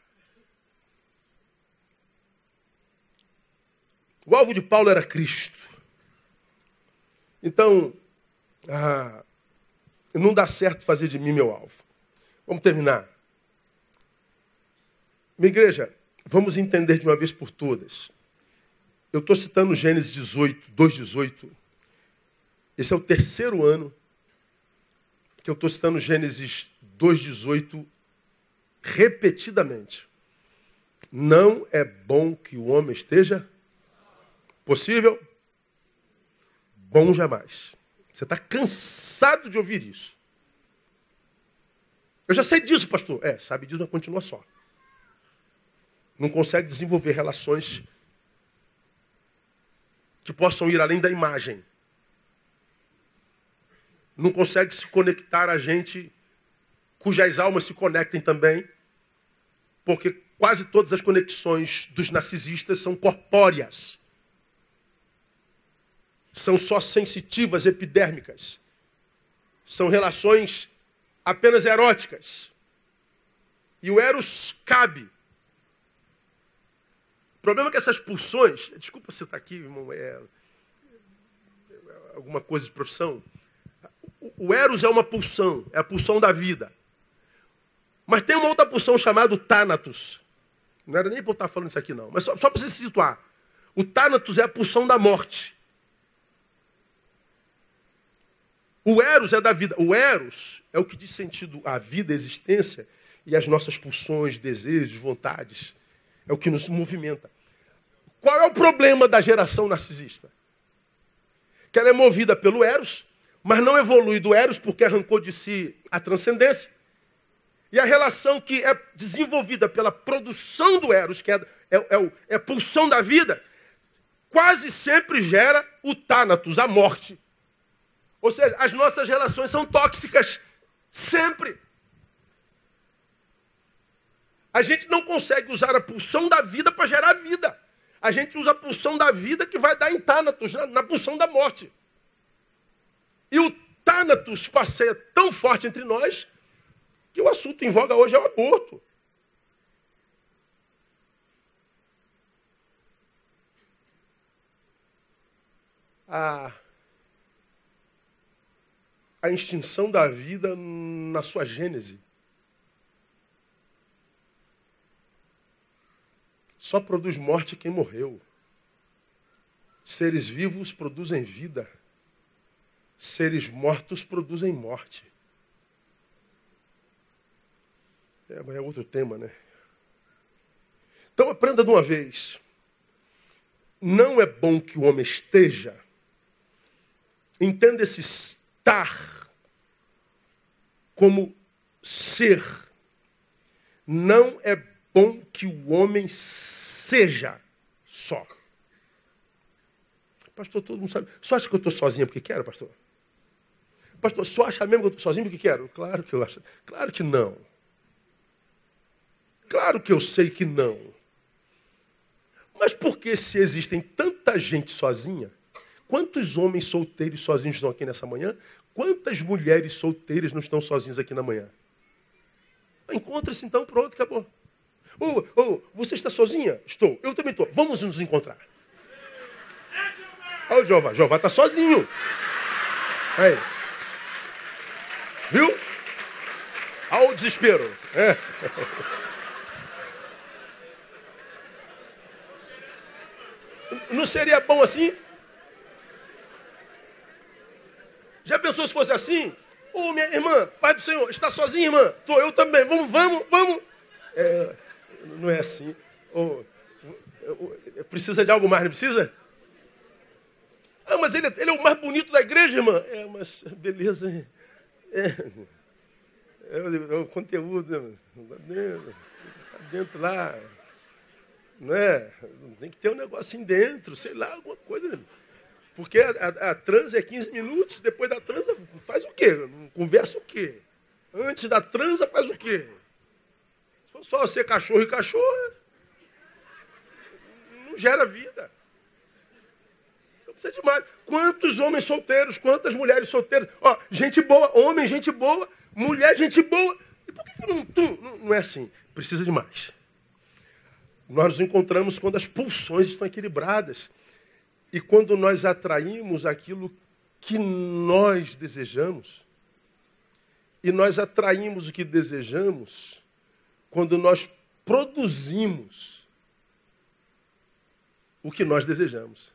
O alvo de Paulo era Cristo. Então, ah, não dá certo fazer de mim meu alvo. Vamos terminar. Minha igreja, vamos entender de uma vez por todas. Eu estou citando Gênesis dezoito, dois, dezoito. Esse é o terceiro ano que eu estou citando Gênesis dois, dezoito repetidamente. Não é bom que o homem esteja possível? Bom jamais. Você está cansado de ouvir isso. Eu já sei disso, pastor. É, sabe disso, mas continua só. Não consegue desenvolver relações que possam ir além da imagem. Não consegue se conectar a gente cujas almas se conectem também, porque quase todas as conexões dos narcisistas são corpóreas. São só sensitivas, epidérmicas. São relações apenas eróticas. E o eros cabe. O problema é que essas pulsões... Desculpa você estar aqui, irmão, é, é alguma coisa de profissão. O, o eros é uma pulsão, é a pulsão da vida. Mas tem uma outra pulsão chamada Thanatos. Não era nem para eu estar falando isso aqui, não. Mas só, só para você se situar. O Thanatos é a pulsão da morte. O eros é da vida. O eros é o que diz sentido à vida, à existência e às nossas pulsões, desejos, vontades. É o que nos movimenta. Qual é o problema da geração narcisista? Que ela é movida pelo eros, mas não evolui do eros porque arrancou de si a transcendência. E a relação que é desenvolvida pela produção do eros, que é, é, é, é a pulsão da vida, quase sempre gera o Thanatos, a morte. Ou seja, as nossas relações são tóxicas. Sempre. A gente não consegue usar a pulsão da vida para gerar vida. A gente usa a pulsão da vida que vai dar em Thanatos, na, na pulsão da morte. E o Thanatos passeia tão forte entre nós que o assunto em voga hoje é o aborto. A, a extinção da vida na sua gênese. Só produz morte quem morreu. Seres vivos produzem vida. Seres mortos produzem morte. É, mas é outro tema, né? Então aprenda de uma vez. Não é bom que o homem esteja. Entenda esse estar como ser. Não é bom que o homem seja só. Pastor, todo mundo sabe. Só acha que eu estou sozinho porque quero, pastor? Pastor, só acha mesmo que eu estou sozinho porque quero? Claro que eu acho. Claro que não. Claro que eu sei que não. Mas por que se existem tanta gente sozinha, quantos homens solteiros sozinhos estão aqui nessa manhã? Quantas mulheres solteiras não estão sozinhas aqui na manhã? Encontra-se então, pronto, acabou. Ou oh, oh, você está sozinha? Estou. Eu também estou. Vamos nos encontrar. Olha o Jeová. Jeová está sozinho. Aí. Viu? Olha o desespero. É. Não seria bom assim? Já pensou se fosse assim? Ô, oh, minha irmã, Pai do Senhor, está sozinha, irmã? Tô, eu também. Vamos, vamos, vamos. É, não é assim. Oh, precisa de algo mais, não precisa? Ah, mas ele, ele é o mais bonito da igreja, irmã. É, mas beleza. É, é, é o conteúdo. Está dentro, tá dentro lá. Não é? Tem que ter um negocinho dentro, sei lá, alguma coisa. Porque a, a, a transa é quinze minutos, depois da transa faz o quê? Conversa o quê? Antes da transa faz o quê? Se for só ser cachorro e cachorro, não gera vida. Então precisa de mais. Quantos homens solteiros, quantas mulheres solteiras? Ó, gente boa, homem, gente boa, mulher, gente boa. E por que, que não, não, não é assim? Precisa de mais. Nós nos encontramos quando as pulsões estão equilibradas. E quando nós atraímos aquilo que nós desejamos, e nós atraímos o que desejamos, quando nós produzimos o que nós desejamos.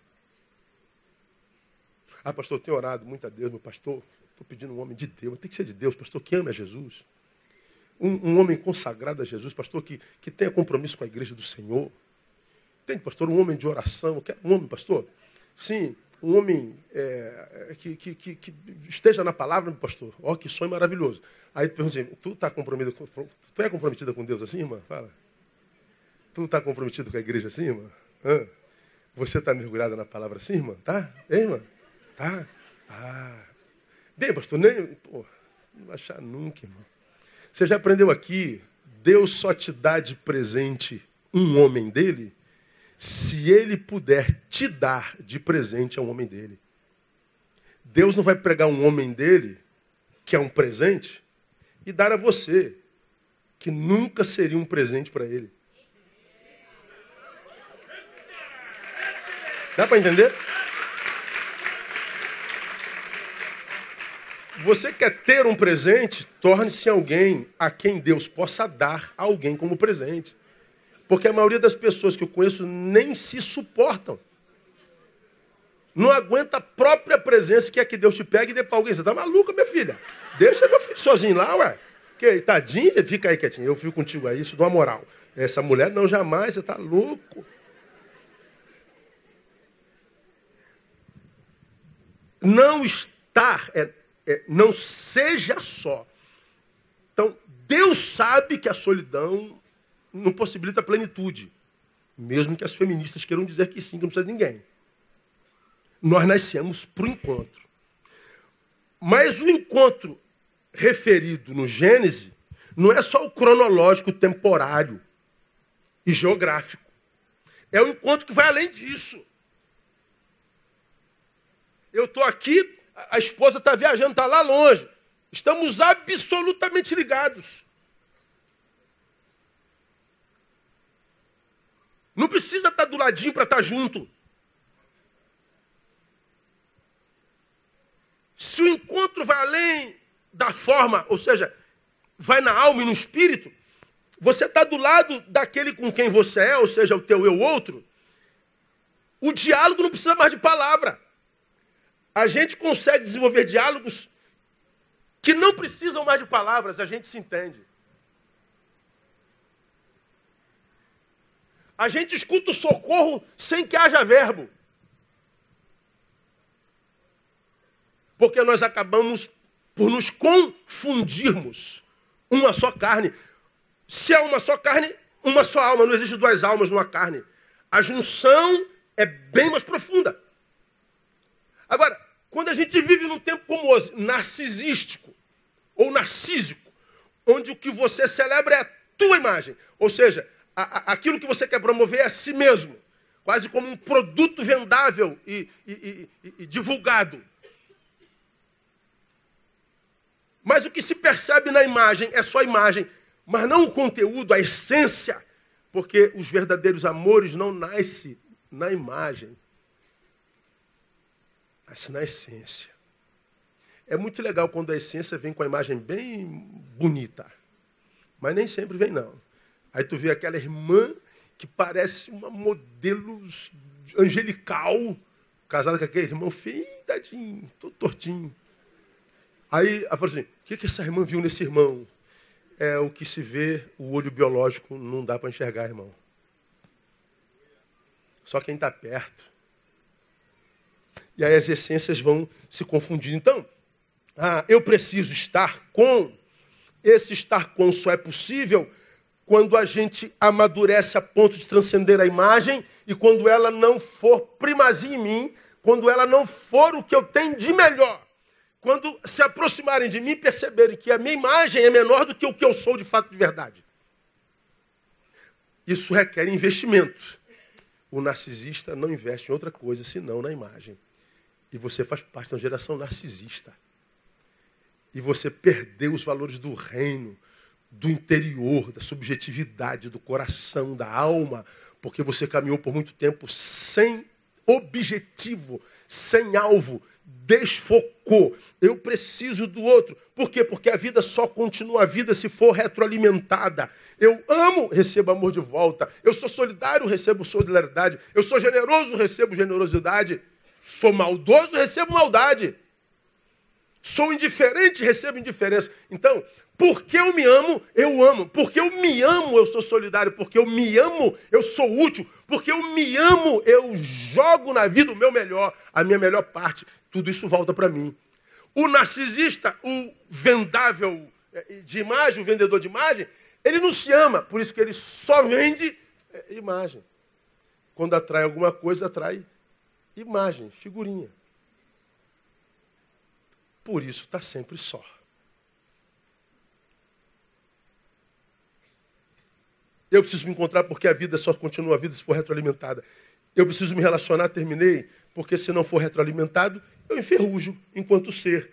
Ah, pastor, eu tenho orado muito a Deus, meu pastor, estou pedindo um homem de Deus, tem que ser de Deus, pastor, que ama a Jesus. Um, um homem consagrado a Jesus, pastor, que, que tenha compromisso com a igreja do Senhor. Tem, pastor, um homem de oração, um homem, pastor? Sim, um homem é, que, que, que, que esteja na palavra, pastor. Ó, oh, que sonho maravilhoso. Aí tu pergunta assim, tu está comprometido com, tu é comprometida com Deus assim, irmã? Fala. Tu está comprometido com a igreja assim, irmã? Hã? Você está mergulhada na palavra assim, irmã? Tá? Hein, irmã? Tá? Ah. Bem, pastor, nem... Pô, não vai achar nunca, irmão. Você já aprendeu aqui, Deus só te dá de presente um homem dele, se ele puder te dar de presente a um homem dele. Deus não vai pregar um homem dele, que é um presente, e dar a você, que nunca seria um presente para ele. Dá para entender? Você quer ter um presente, torne-se alguém a quem Deus possa dar a alguém como presente. Porque a maioria das pessoas que eu conheço nem se suportam. Não aguenta a própria presença que é que Deus te pegue e dê para alguém. Você está maluca, minha filha? Deixa meu filho sozinho lá, ué. Que, tadinho, fica aí quietinho. Eu fico contigo aí, isso dá uma moral. Essa mulher, não, jamais, você está louco. Não estar... É, É, não seja só. Então, Deus sabe que a solidão não possibilita a plenitude. Mesmo que as feministas queiram dizer que sim, que não precisa de ninguém. Nós nascemos para o encontro. Mas o encontro referido no Gênesis não é só o cronológico, temporário e geográfico. É um encontro que vai além disso. Eu estou aqui... A esposa está viajando, está lá longe. Estamos absolutamente ligados. Não precisa estar do ladinho para estar junto. Se o encontro vai além da forma, ou seja, vai na alma e no espírito, você está do lado daquele com quem você é, ou seja, o teu eu outro, o diálogo não precisa mais de palavra. A gente consegue desenvolver diálogos que não precisam mais de palavras, a gente se entende. A gente escuta o socorro sem que haja verbo. Porque nós acabamos por nos confundirmos. Uma só carne. Se é uma só carne, uma só alma, não existe duas almas numa carne. A junção é bem mais profunda. Agora, quando a gente vive num tempo como hoje, narcisístico ou narcísico, onde o que você celebra é a tua imagem, ou seja, a, a, aquilo que você quer promover é a si mesmo, quase como um produto vendável e, e, e, e, e divulgado. Mas o que se percebe na imagem é só a imagem, mas não o conteúdo, a essência, porque os verdadeiros amores não nascem na imagem, nascem na essência. É muito legal quando a essência vem com a imagem bem bonita, mas nem sempre vem, não. Aí tu vê aquela irmã que parece uma modelo angelical, casada com aquele irmão feio, tadinho, todo tortinho. Aí ela falou assim, o que, que essa irmã viu nesse irmão? É o que se vê, o olho biológico não dá para enxergar, irmão. Só quem está perto. E aí as essências vão se confundindo. Então, ah, eu preciso estar com. Esse estar com só é possível quando a gente amadurece a ponto de transcender a imagem e quando ela não for primazia em mim, quando ela não for o que eu tenho de melhor. Quando se aproximarem de mim e perceberem que a minha imagem é menor do que o que eu sou de fato de verdade. Isso requer investimento. O narcisista não investe em outra coisa senão na imagem. E você faz parte de uma geração narcisista. E você perdeu os valores do reino, do interior, da subjetividade, do coração, da alma, porque você caminhou por muito tempo sem objetivo, sem alvo, desfocou. Eu preciso do outro. Por quê? Porque a vida só continua a vida se for retroalimentada. Eu amo, recebo amor de volta. Eu sou solidário, recebo solidariedade. Eu sou generoso, recebo generosidade. Sou maldoso, recebo maldade. Sou indiferente, recebo indiferença. Então, porque eu me amo, eu amo. Porque eu me amo, eu sou solidário. Porque eu me amo, eu sou útil. Porque eu me amo, eu jogo na vida o meu melhor, a minha melhor parte. Tudo isso volta para mim. O narcisista, o vendável de imagem, o vendedor de imagem, ele não se ama. Por isso que ele só vende imagem. Quando atrai alguma coisa, atrai imagem, figurinha. Por isso está sempre só. Eu preciso me encontrar porque a vida só continua a vida se for retroalimentada. Eu preciso me relacionar, terminei, porque se não for retroalimentado, eu enferrujo enquanto ser.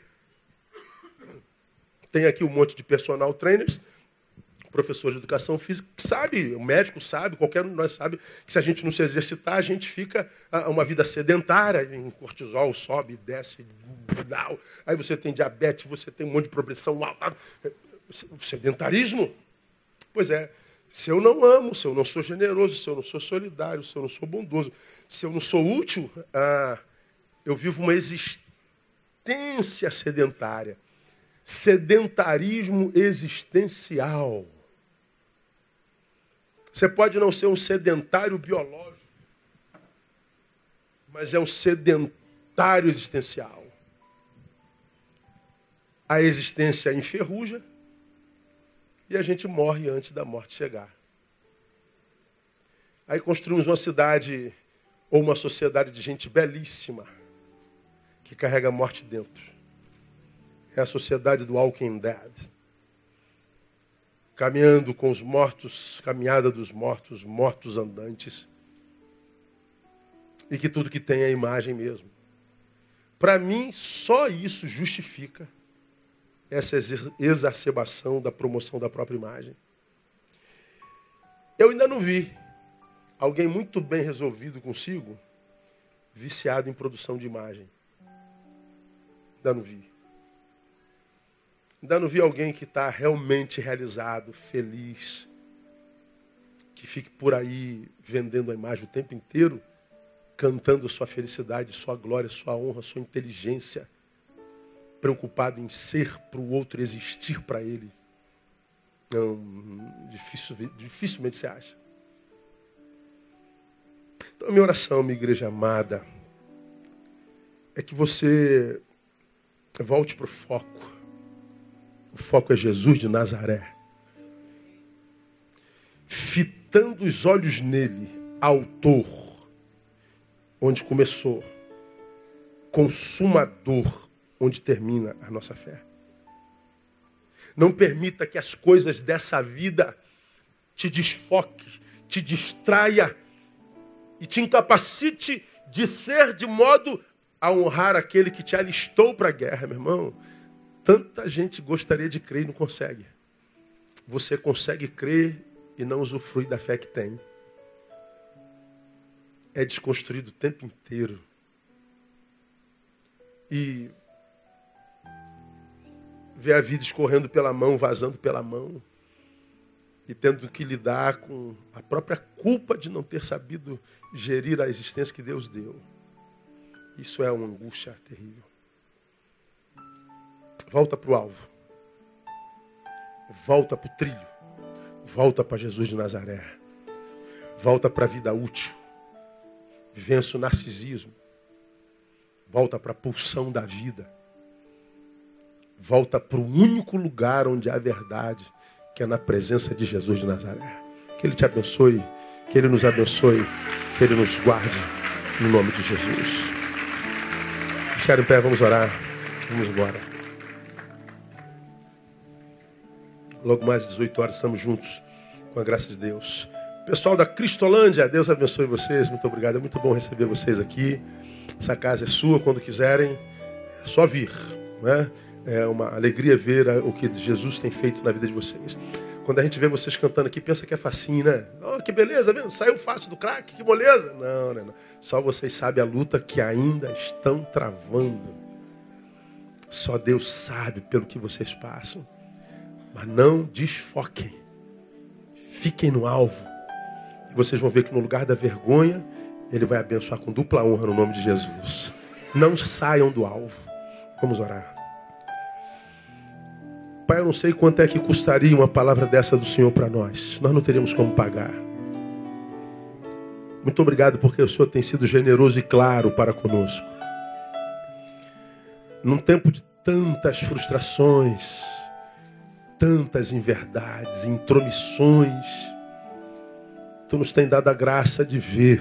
Tem aqui um monte de personal trainers, professor de educação física, que sabe, o médico sabe, qualquer um de nós sabe, que se a gente não se exercitar, a gente fica uma vida sedentária, em cortisol sobe, desce, aí você tem diabetes, você tem um monte de progressão alta. Sedentarismo? Pois é. Se eu não amo, se eu não sou generoso, se eu não sou solidário, se eu não sou bondoso, se eu não sou útil, ah, eu vivo uma existência sedentária. Sedentarismo existencial. Você pode não ser um sedentário biológico, mas é um sedentário existencial. A existência enferruja e a gente morre antes da morte chegar. Aí construímos uma cidade ou uma sociedade de gente belíssima que carrega a morte dentro. É a sociedade do Walking Dead. Caminhando com os mortos, caminhada dos mortos, mortos andantes. E que tudo que tem é a imagem mesmo. Para mim, só isso justifica essa exacerbação da promoção da própria imagem. Eu ainda não vi alguém muito bem resolvido consigo, viciado em produção de imagem. Ainda não vi. Ainda não vi alguém que está realmente realizado, feliz, que fique por aí vendendo a imagem o tempo inteiro, cantando sua felicidade, sua glória, sua honra, sua inteligência, preocupado em ser para o outro, existir para ele. Não, difícil, dificilmente você acha. Então, a minha oração, minha igreja amada, é que você volte para o foco. O foco é Jesus de Nazaré. fitando os olhos nele, autor, onde começou, consumador, onde termina a nossa fé. Não permita que as coisas dessa vida te desfoque, te distraia e te incapacite de ser de modo a honrar aquele que te alistou para a guerra, meu irmão. Tanta gente gostaria de crer e não consegue. Você consegue crer e não usufrui da fé que tem. É desconstruído o tempo inteiro. E vê a vida escorrendo pela mão, vazando pela mão. E tendo que lidar com a própria culpa de não ter sabido gerir a existência que Deus deu. Isso é uma angústia terrível. Volta para o alvo. Volta para o trilho. Volta para Jesus de Nazaré. Volta para a vida útil. Vença o narcisismo. Volta para a pulsão da vida. Volta para o único lugar onde há verdade, que é na presença de Jesus de Nazaré. Que Ele te abençoe, que Ele nos abençoe, que Ele nos guarde, no nome de Jesus. Ficar em pé, vamos orar, vamos embora. Logo mais às dezoito horas estamos juntos, com a graça de Deus. Pessoal da Cristolândia, Deus abençoe vocês, muito obrigado, é muito bom receber vocês aqui. Essa casa é sua, quando quiserem, é só vir, né? É uma alegria ver o que Jesus tem feito na vida de vocês. Quando a gente vê vocês cantando aqui, pensa que é facinho, né? Oh, que beleza, mesmo. Saiu fácil do crack, que moleza. Não, não, não. Só vocês sabem a luta que ainda estão travando. Só Deus sabe pelo que vocês passam. Mas não desfoquem. Fiquem no alvo. E vocês vão ver que no lugar da vergonha, Ele vai abençoar com dupla honra no nome de Jesus. Não saiam do alvo. Vamos orar. Pai, eu não sei quanto é que custaria uma palavra dessa do Senhor para nós. Nós não teríamos como pagar. Muito obrigado porque o Senhor tem sido generoso e claro para conosco. Num tempo de tantas frustrações, tantas inverdades, intromissões, Tu nos tem dado a graça de ver.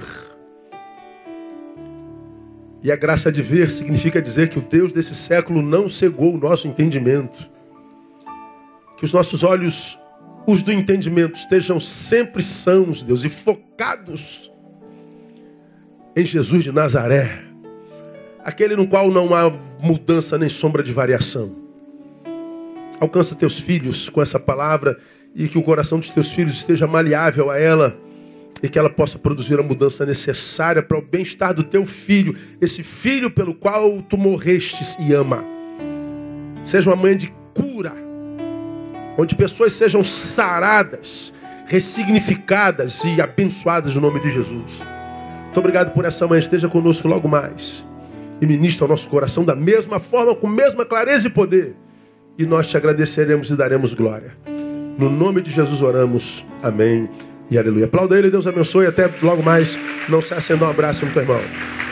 E a graça de ver significa dizer que o Deus desse século não cegou o nosso entendimento. Que os nossos olhos, os do entendimento, estejam sempre sãos, Deus, e focados em Jesus de Nazaré. Aquele no qual não há mudança nem sombra de variação. Alcança teus filhos com essa palavra e que o coração dos teus filhos esteja maleável a ela e que ela possa produzir a mudança necessária para o bem-estar do teu filho, esse filho pelo qual tu morrestes e ama. Seja uma mãe de cura, onde pessoas sejam saradas, ressignificadas e abençoadas no nome de Jesus. Muito obrigado por essa manhã. Esteja conosco logo mais. E ministra ao nosso coração da mesma forma, com a mesma clareza e poder. E nós te agradeceremos e daremos glória. No nome de Jesus oramos. Amém e aleluia. Aplauda Ele, Deus abençoe. Até logo mais. Não se acenda um abraço no teu irmão.